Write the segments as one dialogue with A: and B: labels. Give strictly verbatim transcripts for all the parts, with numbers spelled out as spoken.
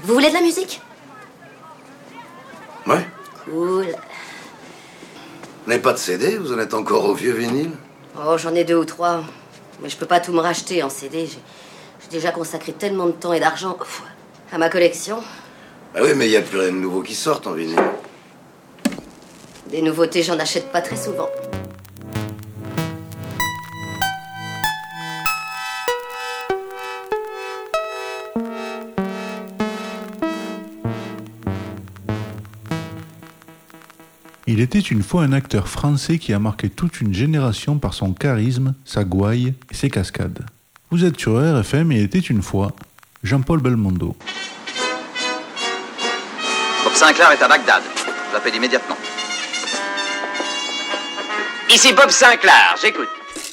A: Vous voulez de la musique?
B: Ouais.
A: Cool.
B: Vous n'avez pas de C D? Vous en êtes encore au vieux vinyle?
A: Oh, j'en ai deux ou trois. Mais je peux pas tout me racheter en C D. J'ai, j'ai déjà consacré tellement de temps et d'argent pff, à ma collection.
B: Ah oui, mais il n'y a plus rien de nouveau qui sort en vinyle.
A: Des nouveautés, j'en achète pas très souvent.
C: Il était une fois un acteur français qui a marqué toute une génération par son charisme, sa gouaille et ses cascades. Vous êtes sur R F M et il était une fois Jean-Paul Belmondo.
D: Bob Sinclair est à Bagdad. Je l'appelle immédiatement. Ici Bob Sinclair, j'écoute.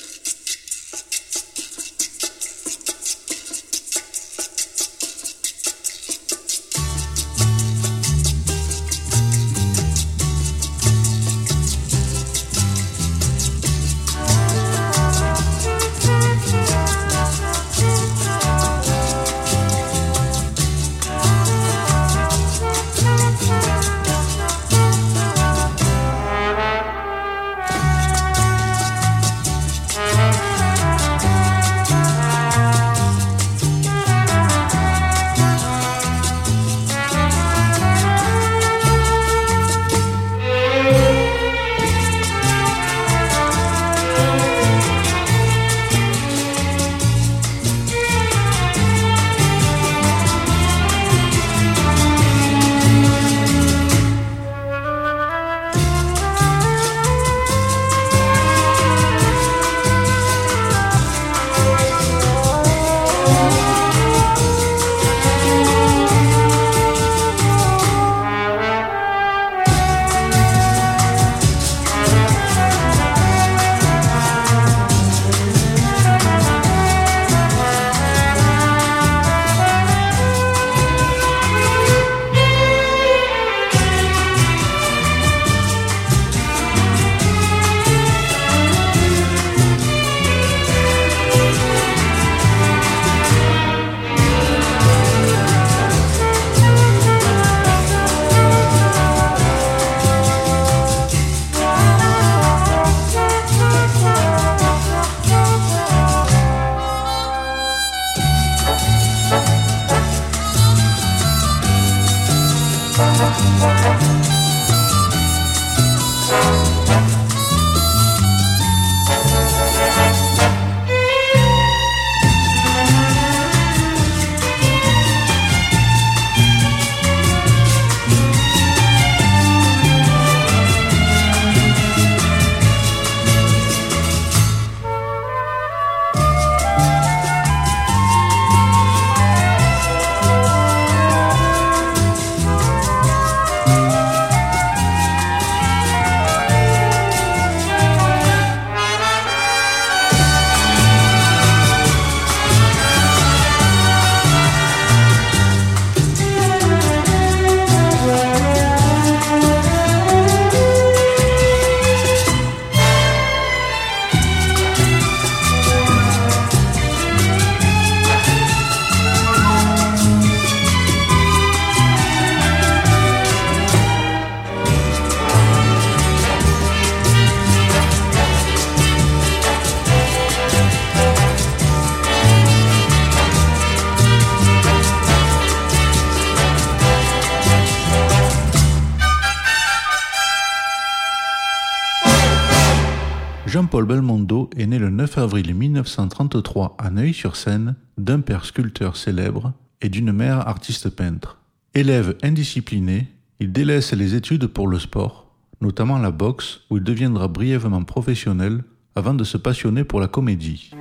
C: Jean-Paul Belmondo est né le neuf avril mille neuf cent trente-trois à Neuilly-sur-Seine d'un père sculpteur célèbre et d'une mère artiste peintre. Élève indiscipliné, il délaisse les études pour le sport, notamment la boxe où il deviendra brièvement professionnel avant de se passionner pour la comédie.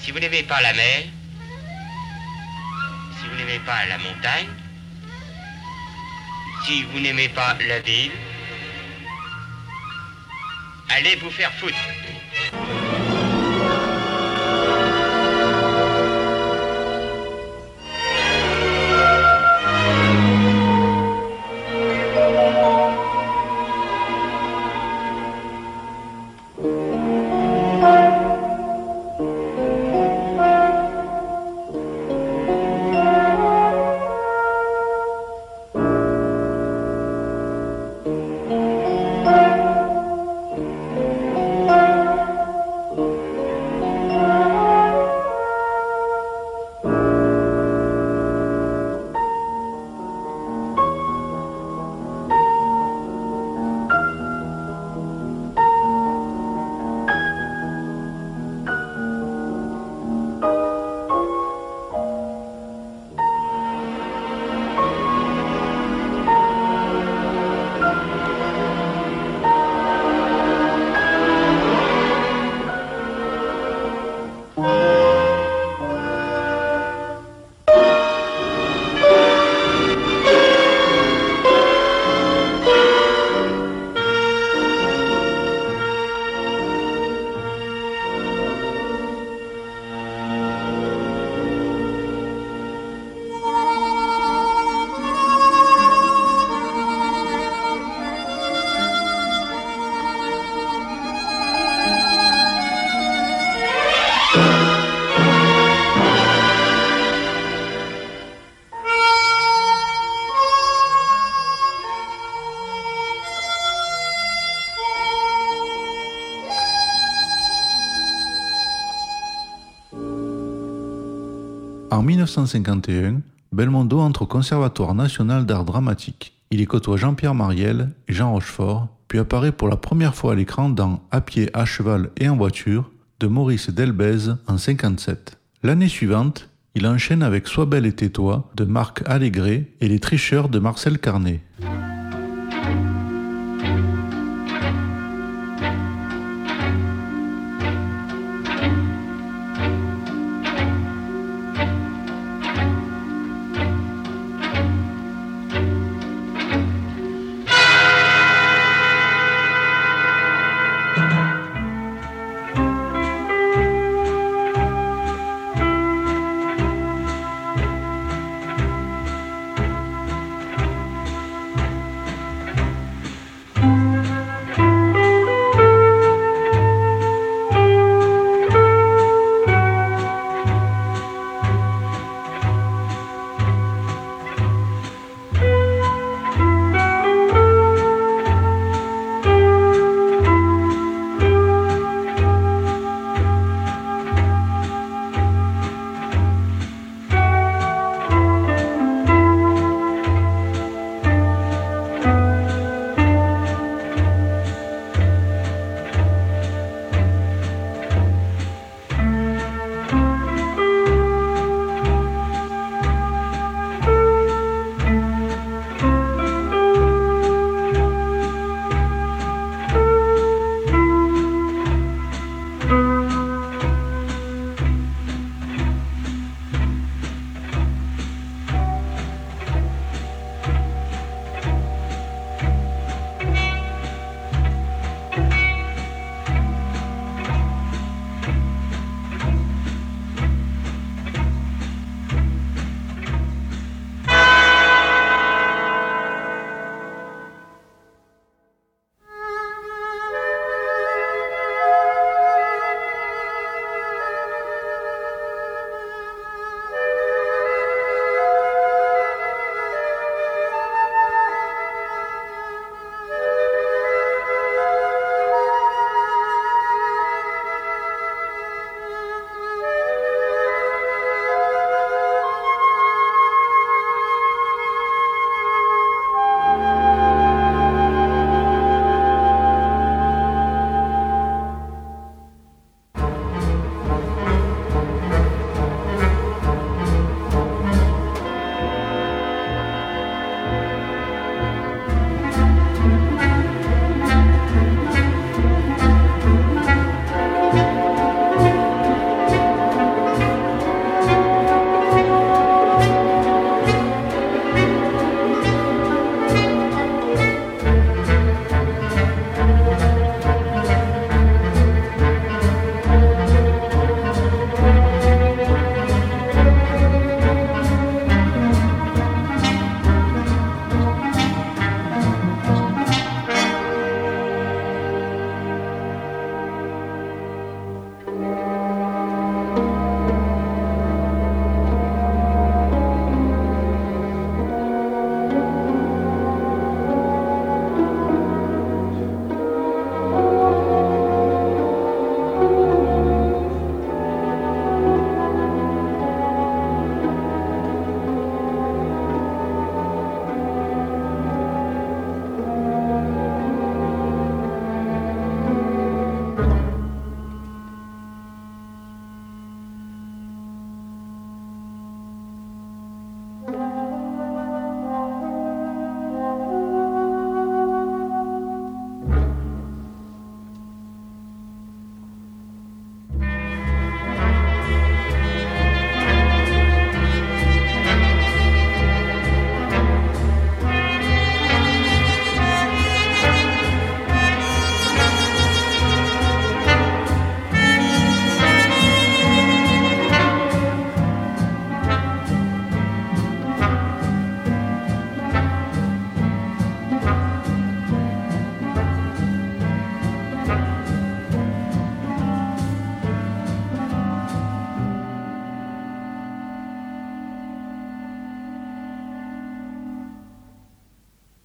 E: si vous n'aimez pas la mer, si vous n'aimez pas la montagne, si vous n'aimez pas la ville, allez vous faire foutre.
C: En mille neuf cent cinquante et un, Belmondo entre au Conservatoire national d'art dramatique. Il y côtoie Jean-Pierre Mariel et Jean Rochefort, puis apparaît pour la première fois à l'écran dans À pied, à cheval et en voiture de Maurice Delbez en cinquante-sept. L'année suivante, il enchaîne avec Sois belle et tais-toi de Marc Allégret et Les tricheurs de Marcel Carné.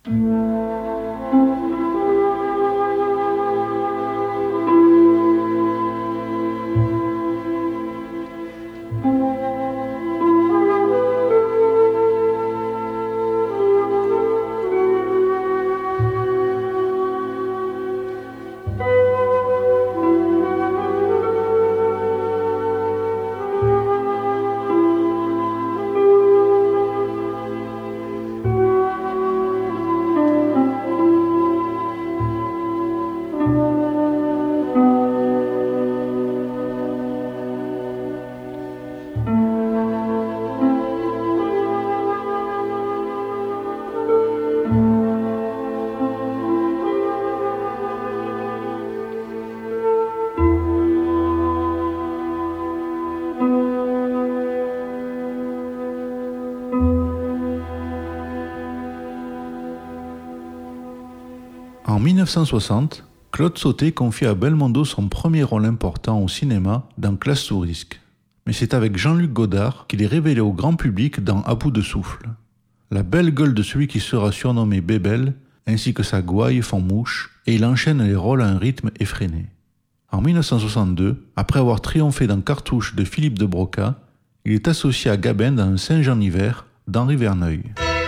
C: En dix-neuf cent soixante, Claude Sautet confie à Belmondo son premier rôle important au cinéma dans Classe sous risque. Mais c'est avec Jean-Luc Godard qu'il est révélé au grand public dans À bout de souffle. La belle gueule de celui qui sera surnommé Bébel, ainsi que sa gouaille font mouche, et il enchaîne les rôles à un rythme effréné. En dix-neuf cent soixante-deux, après avoir triomphé dans Cartouche de Philippe de Broca, il est associé à Gabin dans Un singe en hiver d'Henri Verneuil.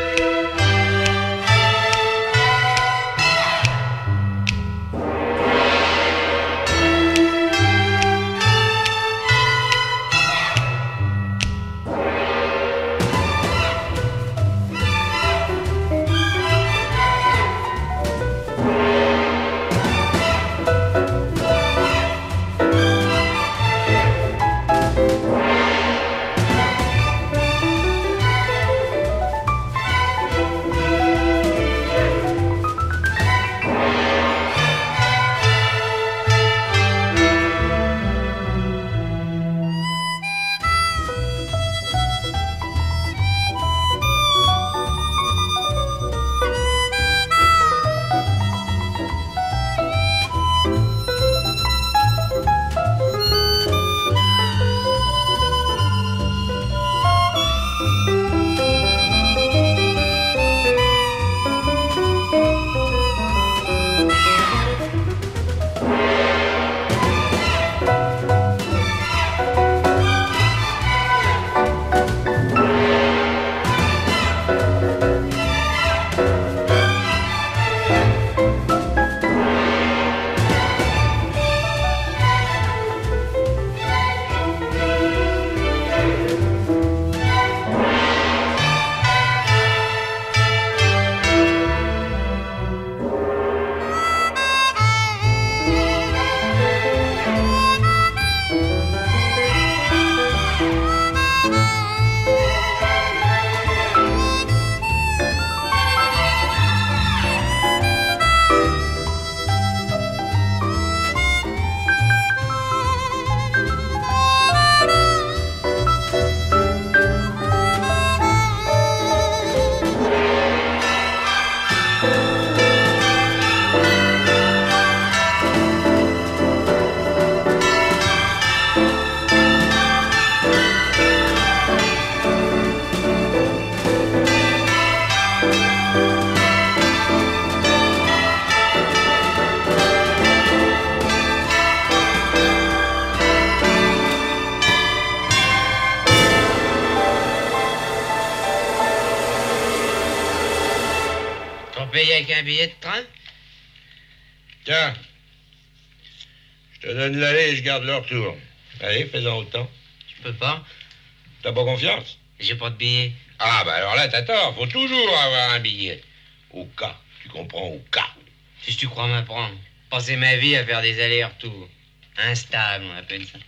E: Payer avec un billet de train?
F: Tiens, je te donne l'aller et je garde le retour. Allez, fais-en autant.
E: Je peux pas.
F: T'as pas confiance?
E: J'ai pas de billet.
F: Ah, bah alors là, t'as tort. Faut toujours avoir un billet. Au cas. Tu comprends, au cas.
E: Si tu crois m'apprendre. Passer ma vie à faire des allers-retours. Instable, on appelle ça.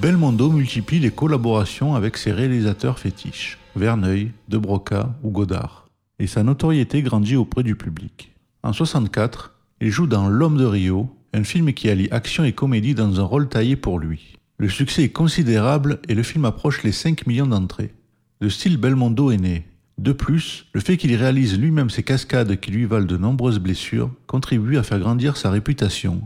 C: Belmondo multiplie les collaborations avec ses réalisateurs fétiches, Verneuil, De Broca ou Godard, et sa notoriété grandit auprès du public. En soixante-quatre, il joue dans L'Homme de Rio, un film qui allie action et comédie dans un rôle taillé pour lui. Le succès est considérable et le film approche les cinq millions d'entrées. Le style Belmondo est né. De plus, le fait qu'il réalise lui-même ses cascades qui lui valent de nombreuses blessures contribue à faire grandir sa réputation.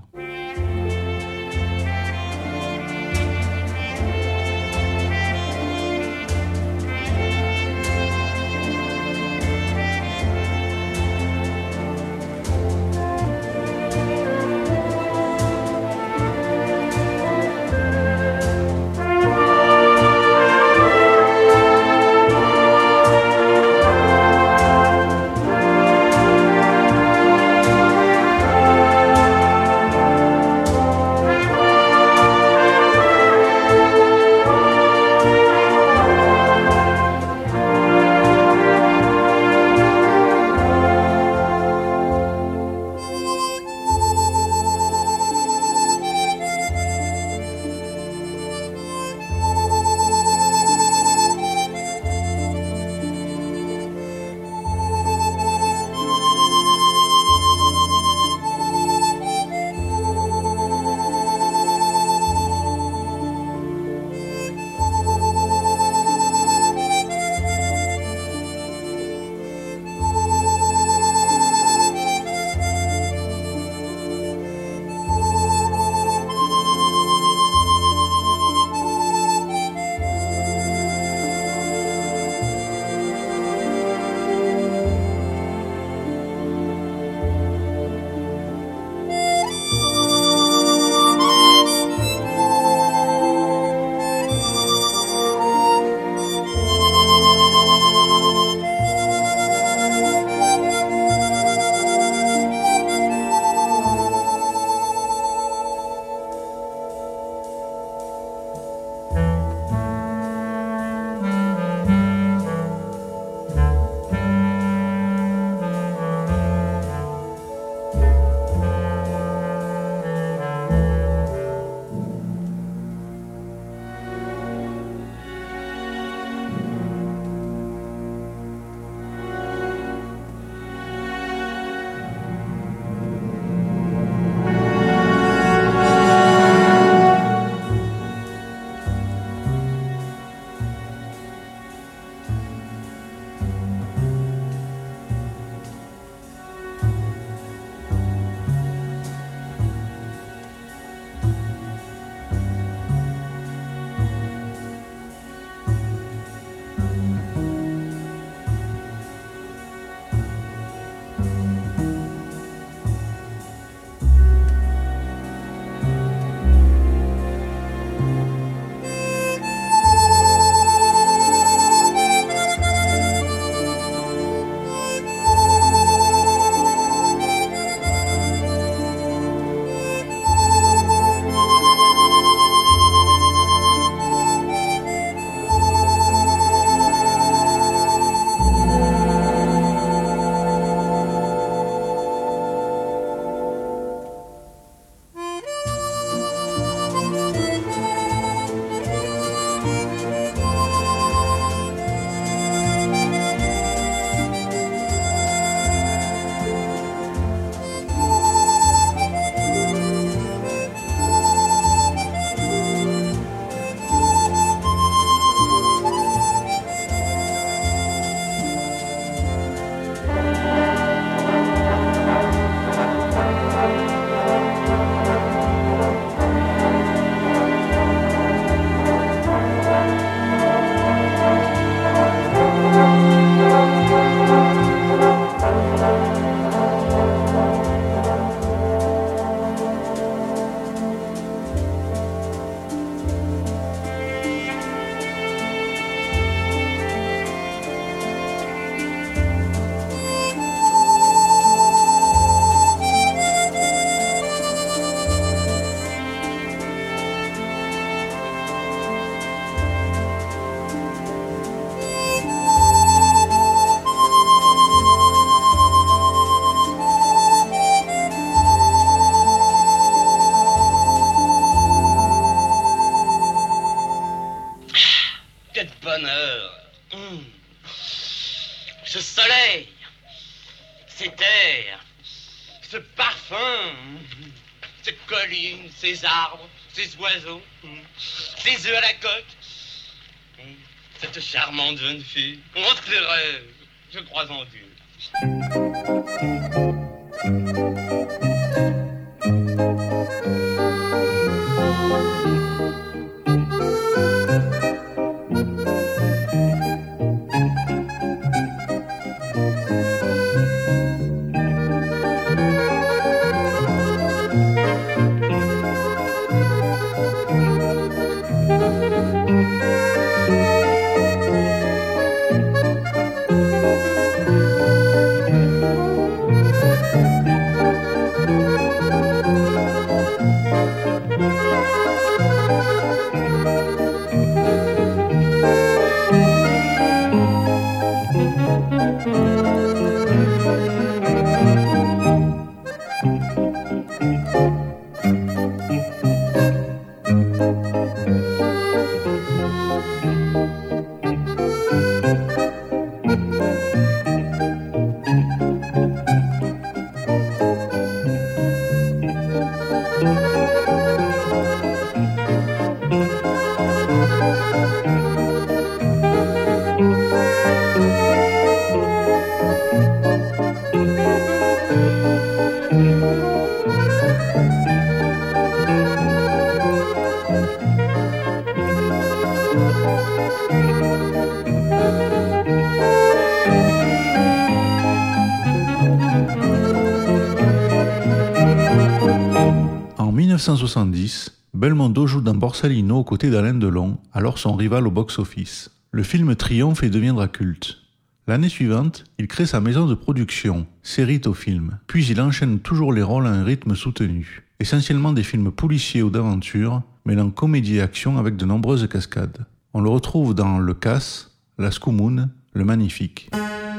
E: collines, ces arbres, ces oiseaux, ces œufs à la coque. Cette charmante jeune fille, on se rêve, je crois en Dieu.
C: En dix-neuf cent soixante-dix, Belmondo joue dans Borsalino aux côtés d'Alain Delon, alors son rival au box-office. Le film triomphe et deviendra culte. L'année suivante, il crée sa maison de production, Cerrito Film, puis il enchaîne toujours les rôles à un rythme soutenu, essentiellement des films policiers ou d'aventure, mêlant comédie et action avec de nombreuses cascades. On le retrouve dans Le Casse, La Scoumoune, Le Magnifique.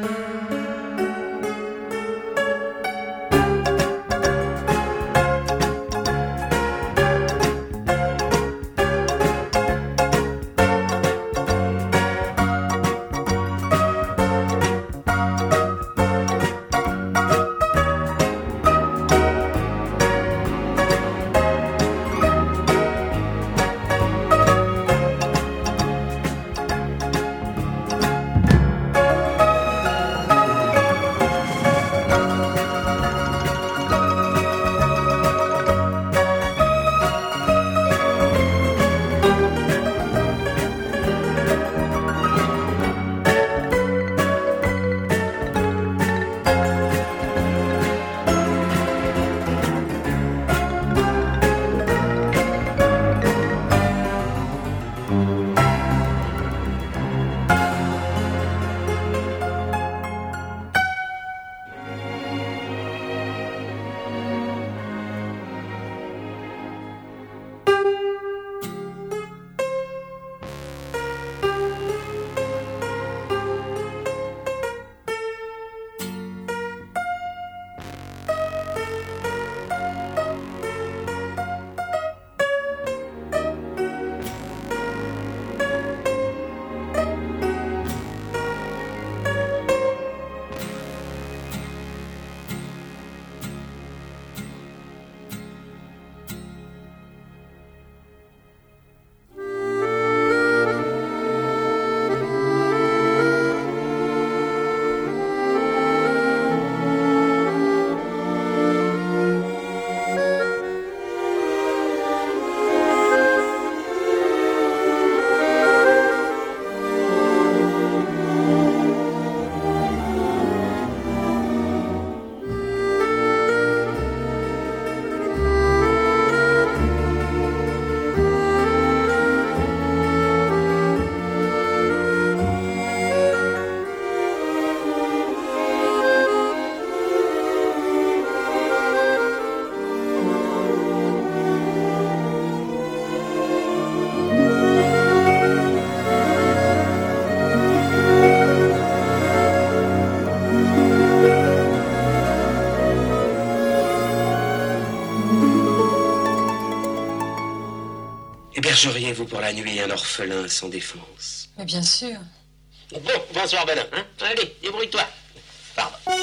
G: Hébergeriez-vous pour la nuit un orphelin sans défense?
H: Mais bien sûr.
E: Bon, bonsoir, Belin. Hein? Allez, débrouille-toi. Pardon.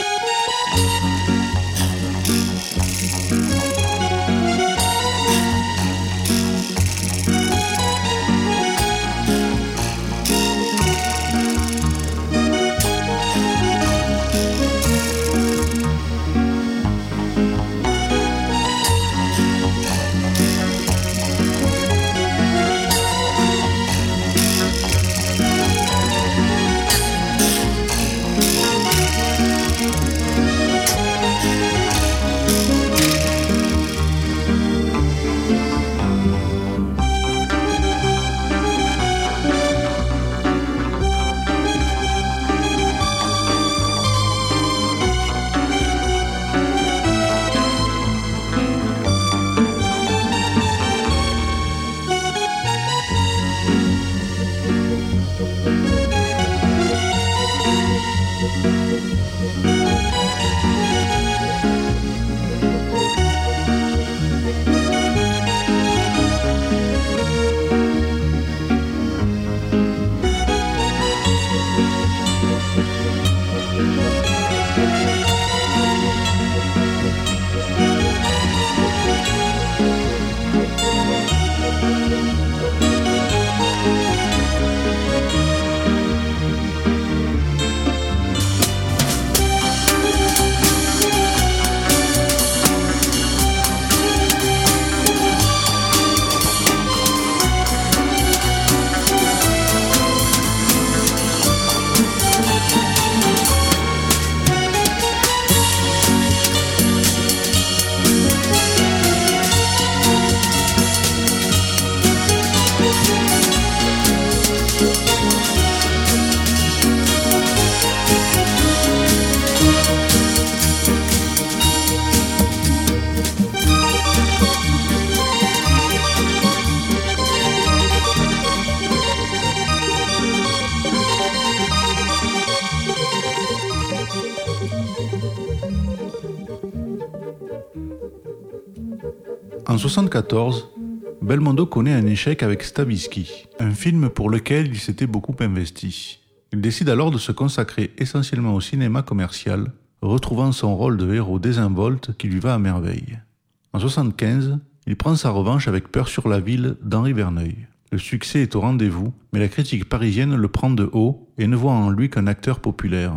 C: En soixante-quatorze, Belmondo connaît un échec avec Stavisky, un film pour lequel il s'était beaucoup investi. Il décide alors de se consacrer essentiellement au cinéma commercial, retrouvant son rôle de héros désinvolte qui lui va à merveille. En soixante-quinze, il prend sa revanche avec Peur sur la ville d'Henri Verneuil. Le succès est au rendez-vous, mais la critique parisienne le prend de haut et ne voit en lui qu'un acteur populaire.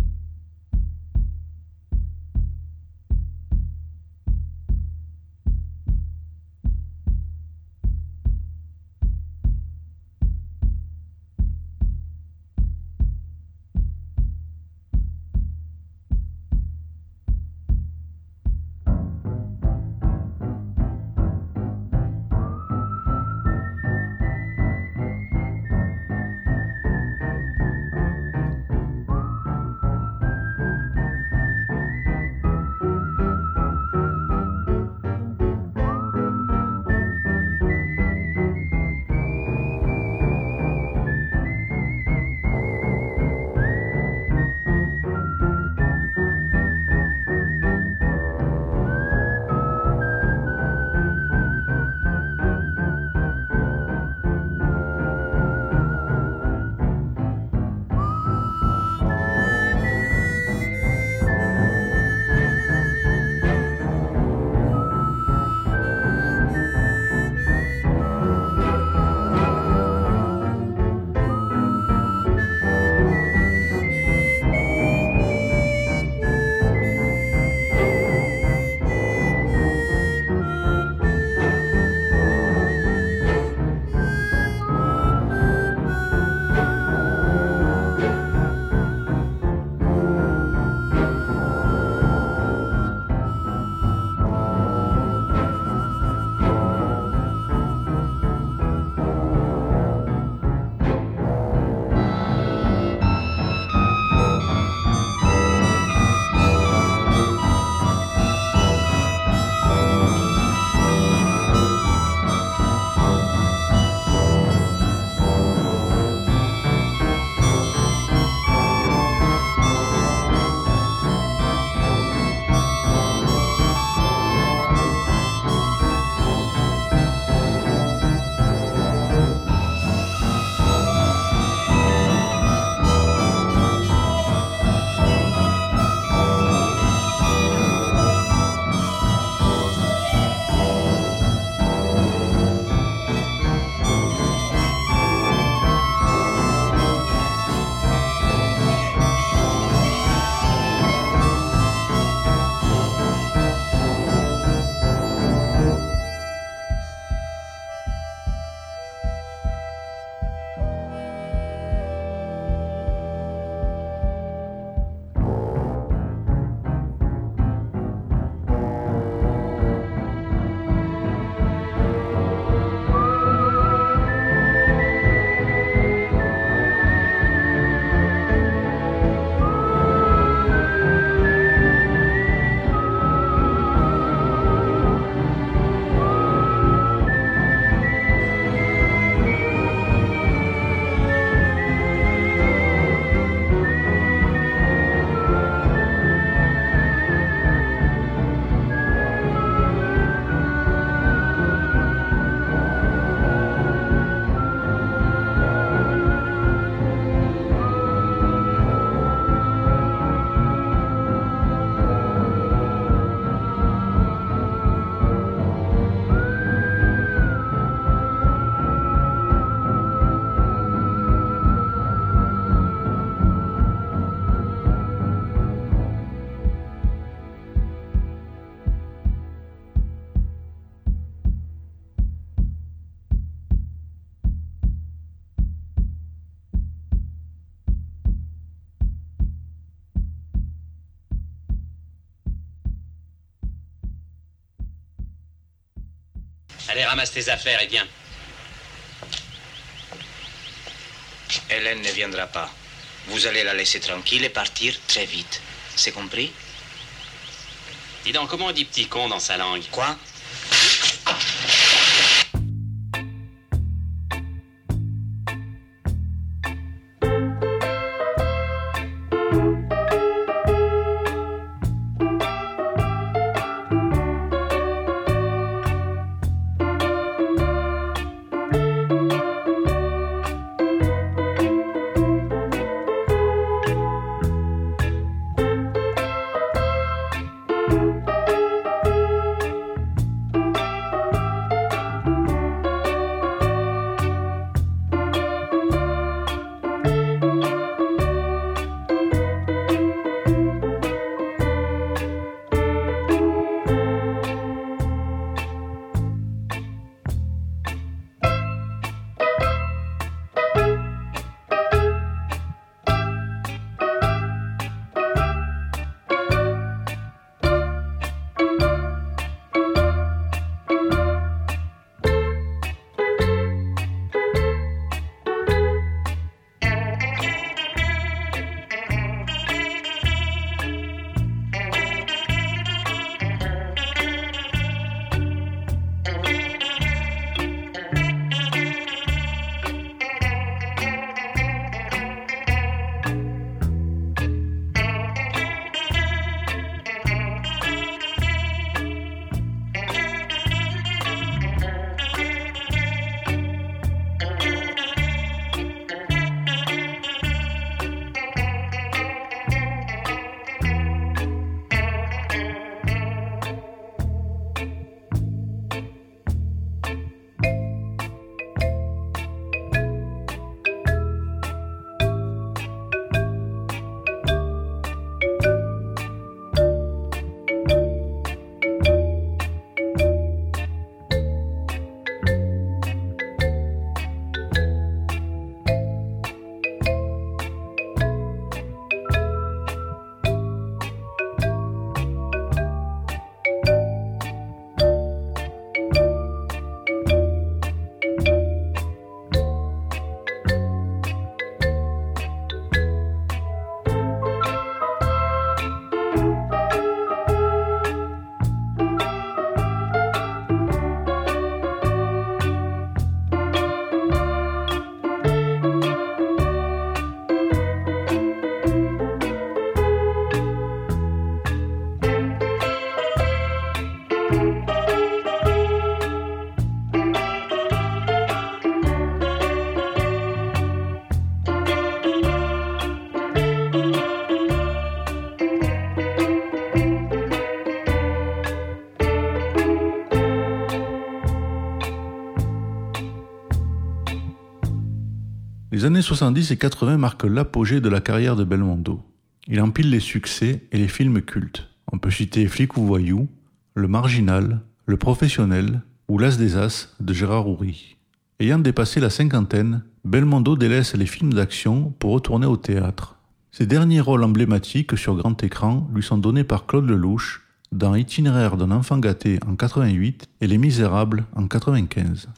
H: Allez, ramasse tes affaires et viens.
G: Hélène ne viendra pas. Vous allez la laisser tranquille et partir très vite. C'est compris?
H: Dis donc, comment on dit petit con dans sa langue?
G: Quoi?
C: Les années soixante-dix et quatre-vingts marquent l'apogée de la carrière de Belmondo. Il empile les succès et les films cultes. On peut citer Flic ou Voyou, Le Marginal, Le Professionnel ou L'As des As de Gérard Houry. Ayant dépassé la cinquantaine, Belmondo délaisse les films d'action pour retourner au théâtre. Ses derniers rôles emblématiques sur grand écran lui sont donnés par Claude Lelouch dans Itinéraire d'un enfant gâté en quatre-vingt-huit et Les Misérables en quatre-vingt-quinze.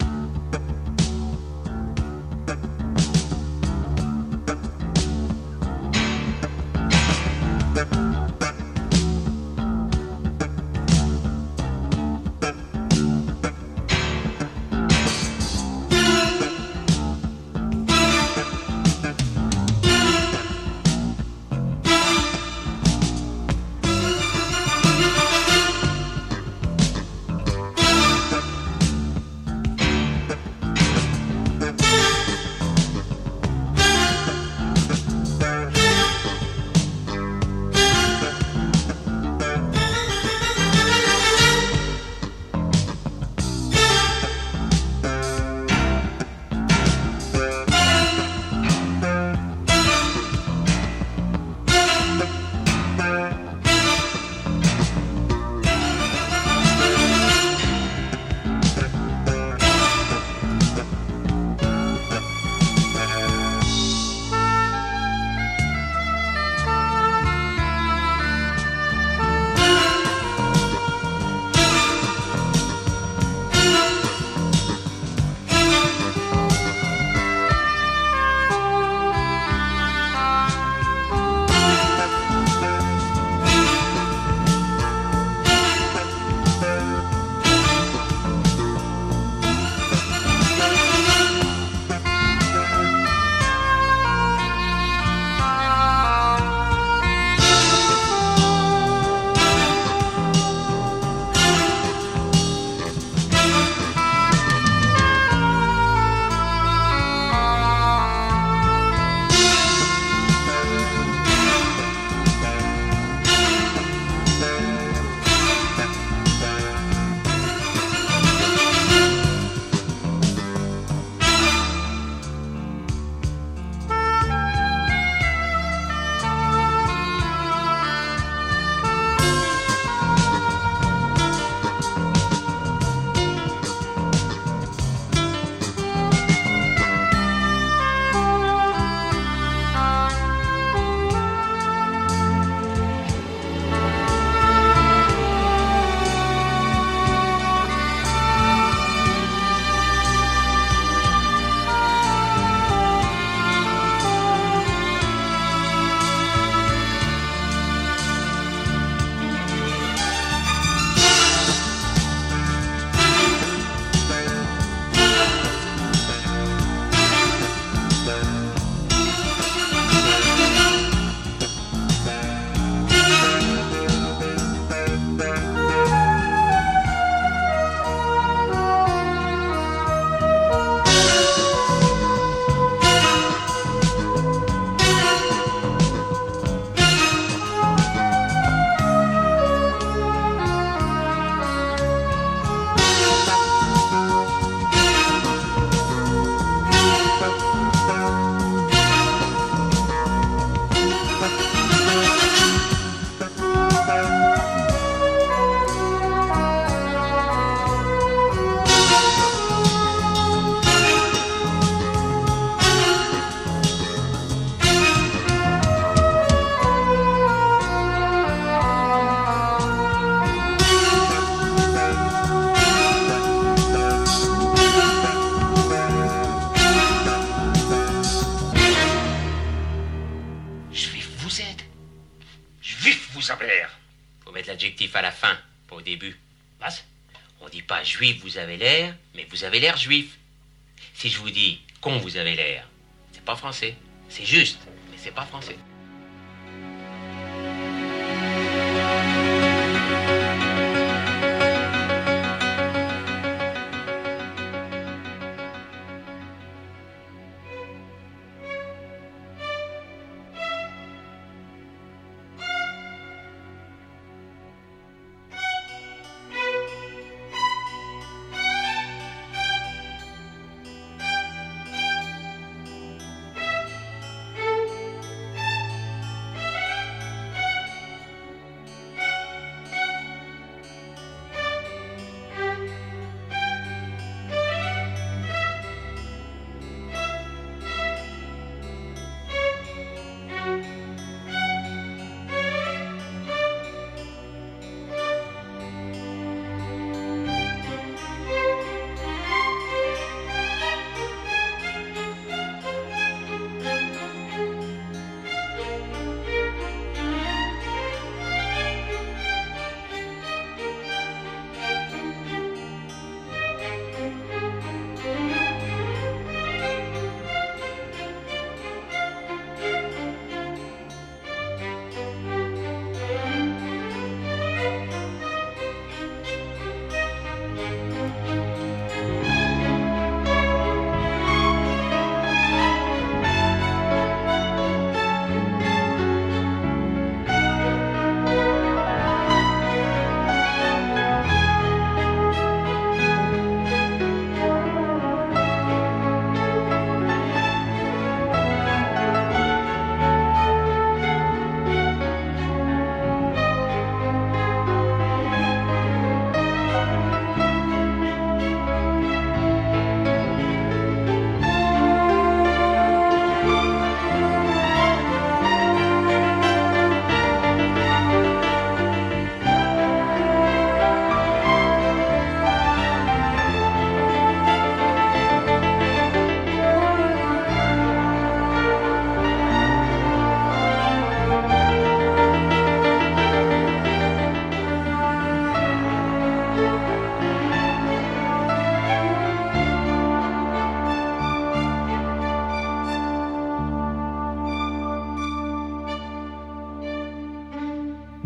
G: L'adjectif à la fin, pas au début. Was? On dit pas juif, vous avez l'air, mais vous avez l'air juif. Si je vous dis con, vous avez l'air, c'est pas français. C'est juste, mais c'est pas français.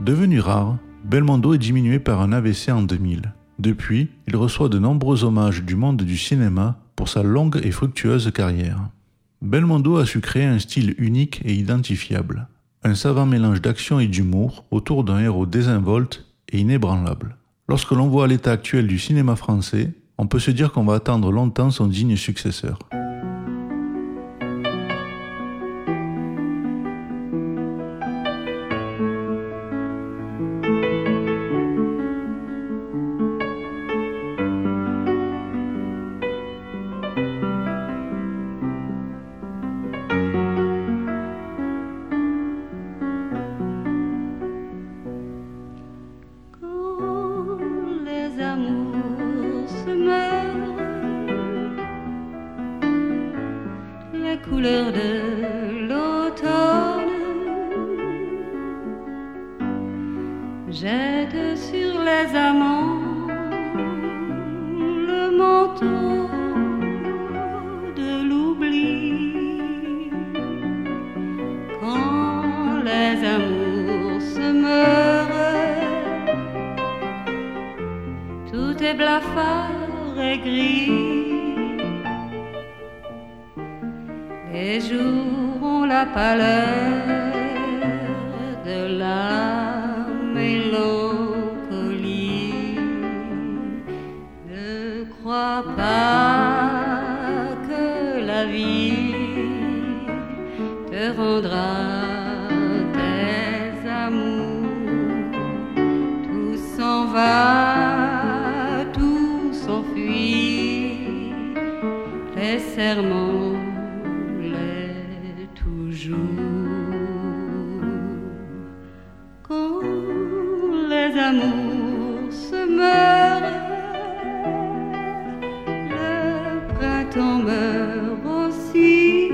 C: Devenu rare, Belmondo est diminué par un A V C en deux mille. Depuis, il reçoit de nombreux hommages du monde du cinéma pour sa longue et fructueuse carrière. Belmondo a su créer un style unique et identifiable, un savant mélange d'action et d'humour autour d'un héros désinvolte et inébranlable. Lorsque l'on voit l'état actuel du cinéma français, on peut se dire qu'on va attendre longtemps son digne successeur.
I: Couleur de l'automne jette sur les amants le manteau de l'oubli. Quand les amours se meurent, tout est blafard et gris. Les jours ont la pâleur de la mélancolie. Ne crois pas que la vie te rendra tes amours. Tout s'en va, tout s'enfuit, les serments quand les amours se meurent, le printemps meurt aussi.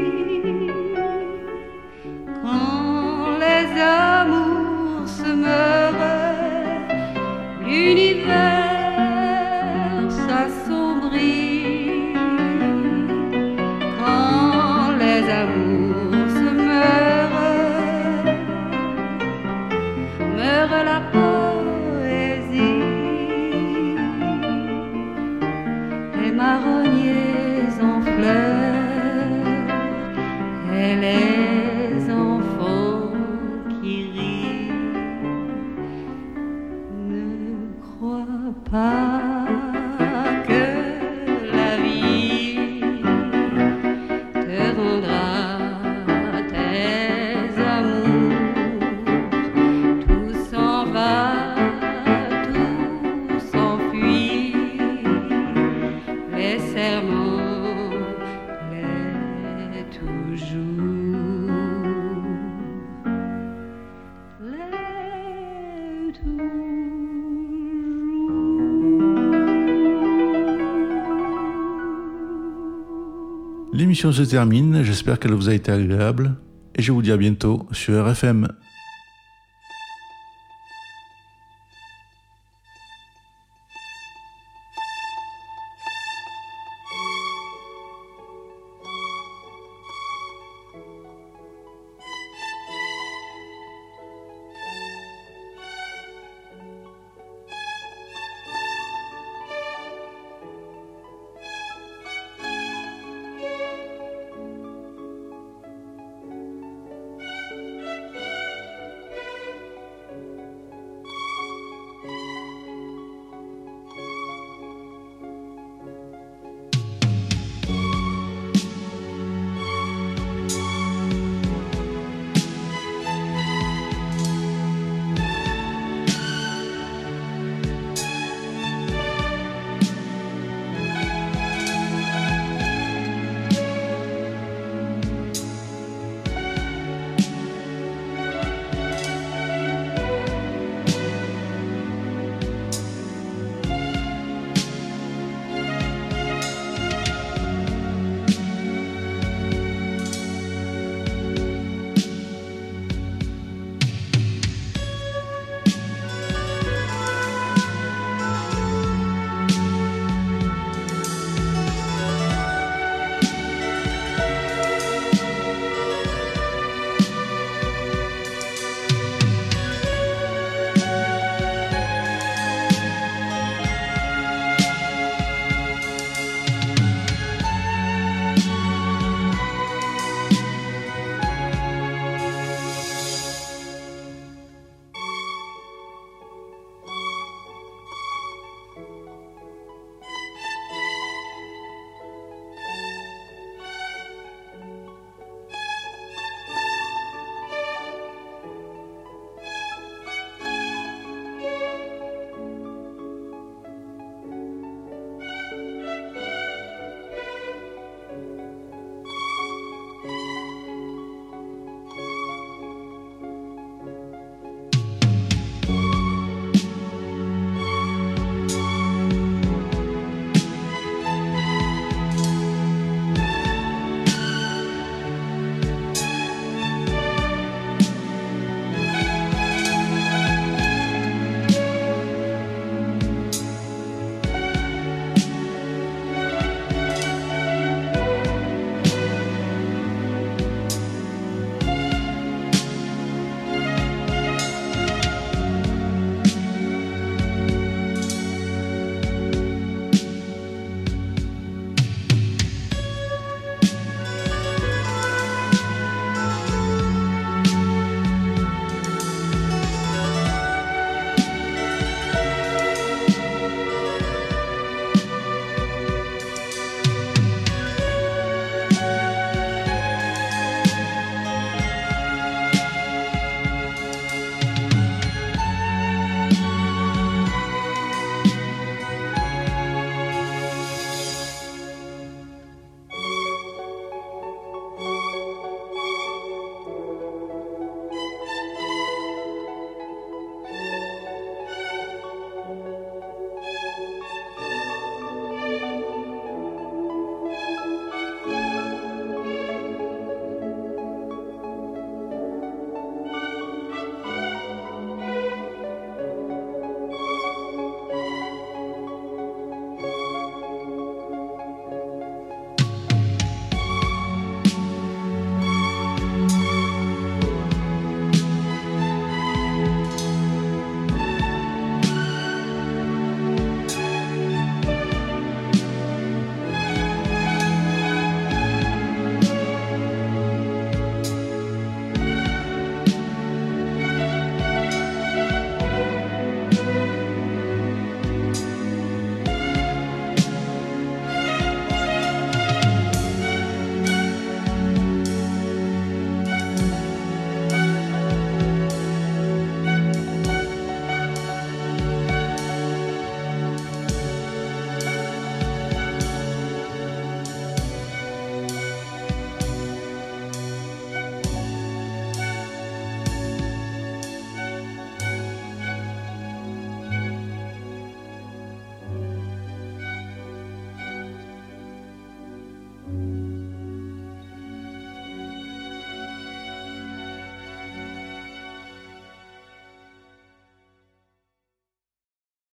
I: Quand les amours se meurent, l'univers s'assombrit. Quand les amours la poésie, les marronniers en fleurs et les enfants qui rient. Ne crois pas que la vie te rendra tes amours. Tout s'enfuit, les serments, les toujours, les toujours.
C: L'émission se termine, j'espère qu'elle vous a été agréable et je vous dis à bientôt sur R F M.